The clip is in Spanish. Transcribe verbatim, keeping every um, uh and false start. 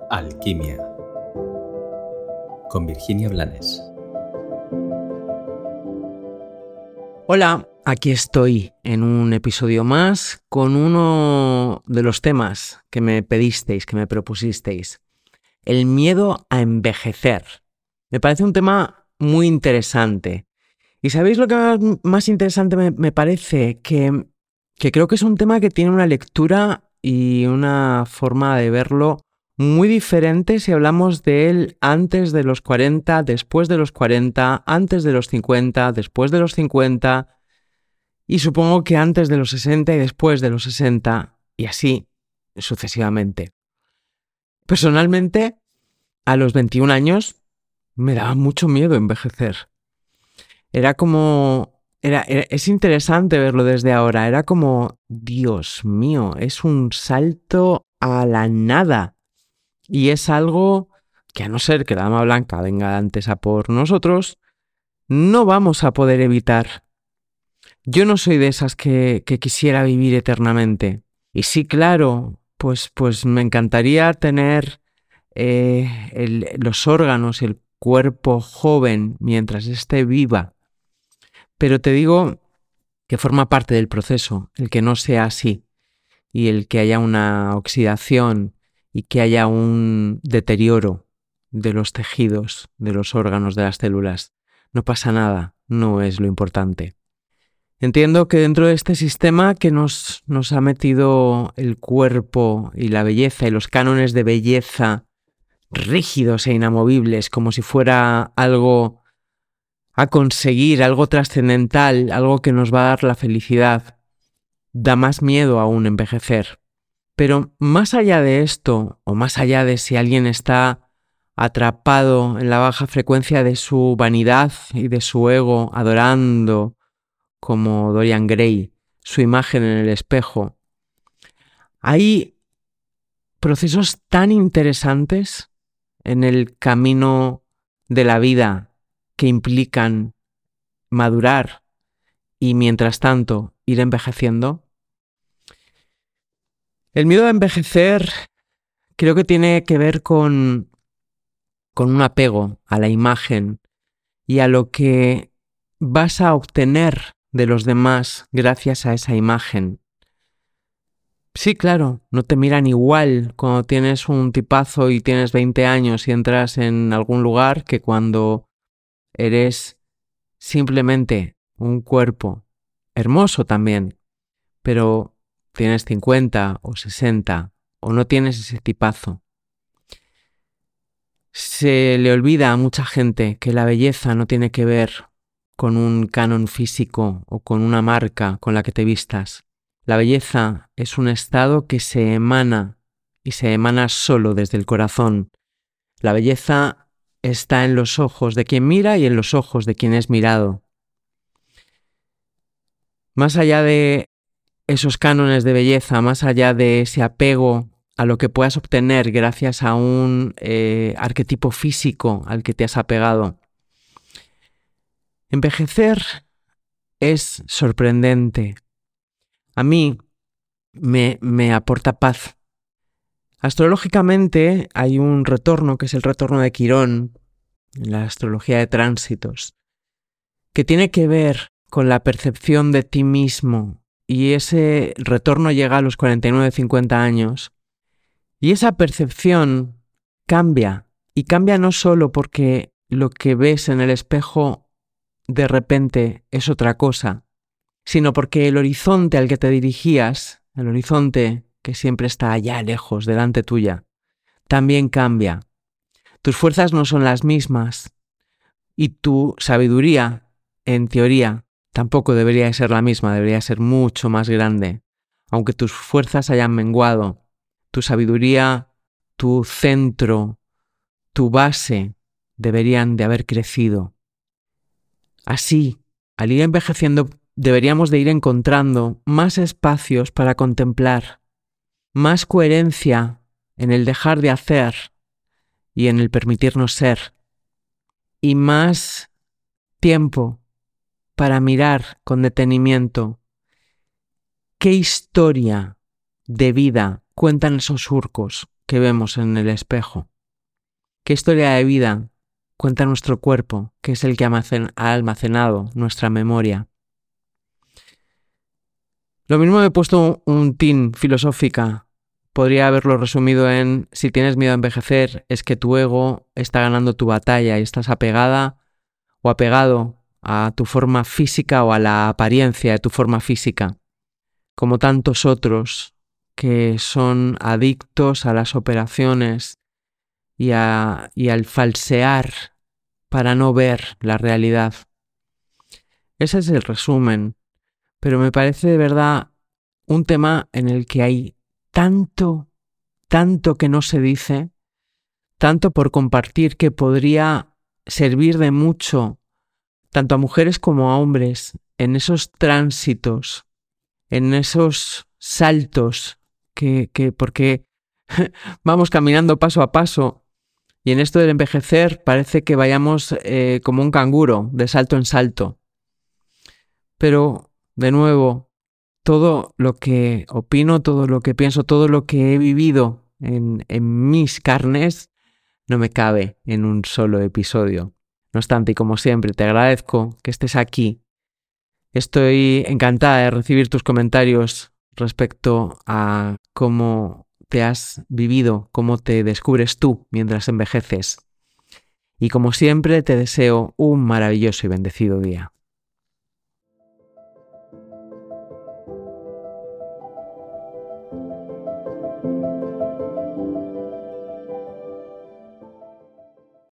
Alquimia con Virginia Blanes. Hola, aquí estoy en un episodio más con uno de los temas que me pedisteis, que me propusisteis. El miedo a envejecer. Me parece un tema muy interesante. ¿Y sabéis lo que más, más interesante me, me parece? Que, que creo que es un tema que tiene una lectura y una forma de verlo muy diferente si hablamos de él antes de los cuarenta, después de los cuarenta, antes de los cincuenta, después de los cincuenta y supongo que antes de los sesenta y después de los sesenta y así sucesivamente. Personalmente, a los veintiún años me daba mucho miedo envejecer. Era como... Era, era, es interesante verlo desde ahora. Era como, Dios mío, es un salto a la nada. Y es algo que, a no ser que la dama blanca venga antes a por nosotros, no vamos a poder evitar. Yo no soy de esas que, que quisiera vivir eternamente. Y sí, claro, pues, pues me encantaría tener eh, el, los órganos, el cuerpo joven mientras esté viva. Pero te digo que forma parte del proceso, el que no sea así y el que haya una oxidación y que haya un deterioro de los tejidos, de los órganos, de las células. No pasa nada, no es lo importante. Entiendo que dentro de este sistema que nos, nos ha metido el cuerpo y la belleza y los cánones de belleza rígidos e inamovibles, como si fuera algo a conseguir, algo trascendental, algo que nos va a dar la felicidad, da más miedo aún envejecer. Pero más allá de esto, o más allá de si alguien está atrapado en la baja frecuencia de su vanidad y de su ego, adorando, como Dorian Gray, su imagen en el espejo, hay procesos tan interesantes en el camino de la vida que implican madurar y, mientras tanto, ir envejeciendo. El miedo a envejecer creo que tiene que ver con, con un apego a la imagen y a lo que vas a obtener de los demás gracias a esa imagen. Sí, claro, no te miran igual cuando tienes un tipazo y tienes veinte años y entras en algún lugar que cuando eres simplemente un cuerpo hermoso también, pero tienes cincuenta o sesenta o no tienes ese tipazo. Se le olvida a mucha gente que la belleza no tiene que ver con un canon físico o con una marca con la que te vistas. La belleza es un estado que se emana y se emana solo desde el corazón. La belleza está en los ojos de quien mira y en los ojos de quien es mirado. Más allá de esos cánones de belleza, más allá de ese apego a lo que puedas obtener gracias a un eh, arquetipo físico al que te has apegado, envejecer es sorprendente. A mí me, me aporta paz. Astrológicamente hay un retorno, que es el retorno de Quirón, en la astrología de tránsitos, que tiene que ver con la percepción de ti mismo, y ese retorno llega a los cuarenta y nueve a cincuenta años, y esa percepción cambia, y cambia no solo porque lo que ves en el espejo de repente es otra cosa, sino porque el horizonte al que te dirigías, el horizonte que siempre está allá lejos, delante tuya, también cambia. Tus fuerzas no son las mismas y tu sabiduría, en teoría, tampoco debería ser la misma, debería ser mucho más grande. Aunque tus fuerzas hayan menguado, tu sabiduría, tu centro, tu base deberían de haber crecido. Así, al ir envejeciendo, deberíamos de ir encontrando más espacios para contemplar, más coherencia en el dejar de hacer y en el permitirnos ser, y más tiempo para mirar con detenimiento qué historia de vida cuentan esos surcos, que vemos en el espejo? ¿Qué historia de vida cuenta nuestro cuerpo, que es el que ha almacenado nuestra memoria? Lo mismo me he puesto un tin filosófica. Podría haberlo resumido en: si tienes miedo a envejecer, es que tu ego está ganando tu batalla y estás apegada o apegado a tu forma física o a la apariencia de tu forma física, como tantos otros que son adictos a las operaciones y, a, y al falsear para no ver la realidad. Ese es el resumen, pero me parece de verdad un tema en el que hay tanto, tanto que no se dice, tanto por compartir, que podría servir de mucho tanto a mujeres como a hombres en esos tránsitos, en esos saltos, que, que porque vamos caminando paso a paso, y en esto del envejecer parece que vayamos eh, como un canguro, de salto en salto. Pero, de nuevo, todo lo que opino, todo lo que pienso, todo lo que he vivido en, en mis carnes, no me cabe en un solo episodio. No obstante, y como siempre, te agradezco que estés aquí. Estoy encantada de recibir tus comentarios respecto a cómo te has vivido, cómo te descubres tú mientras envejeces. Y como siempre, te deseo un maravilloso y bendecido día.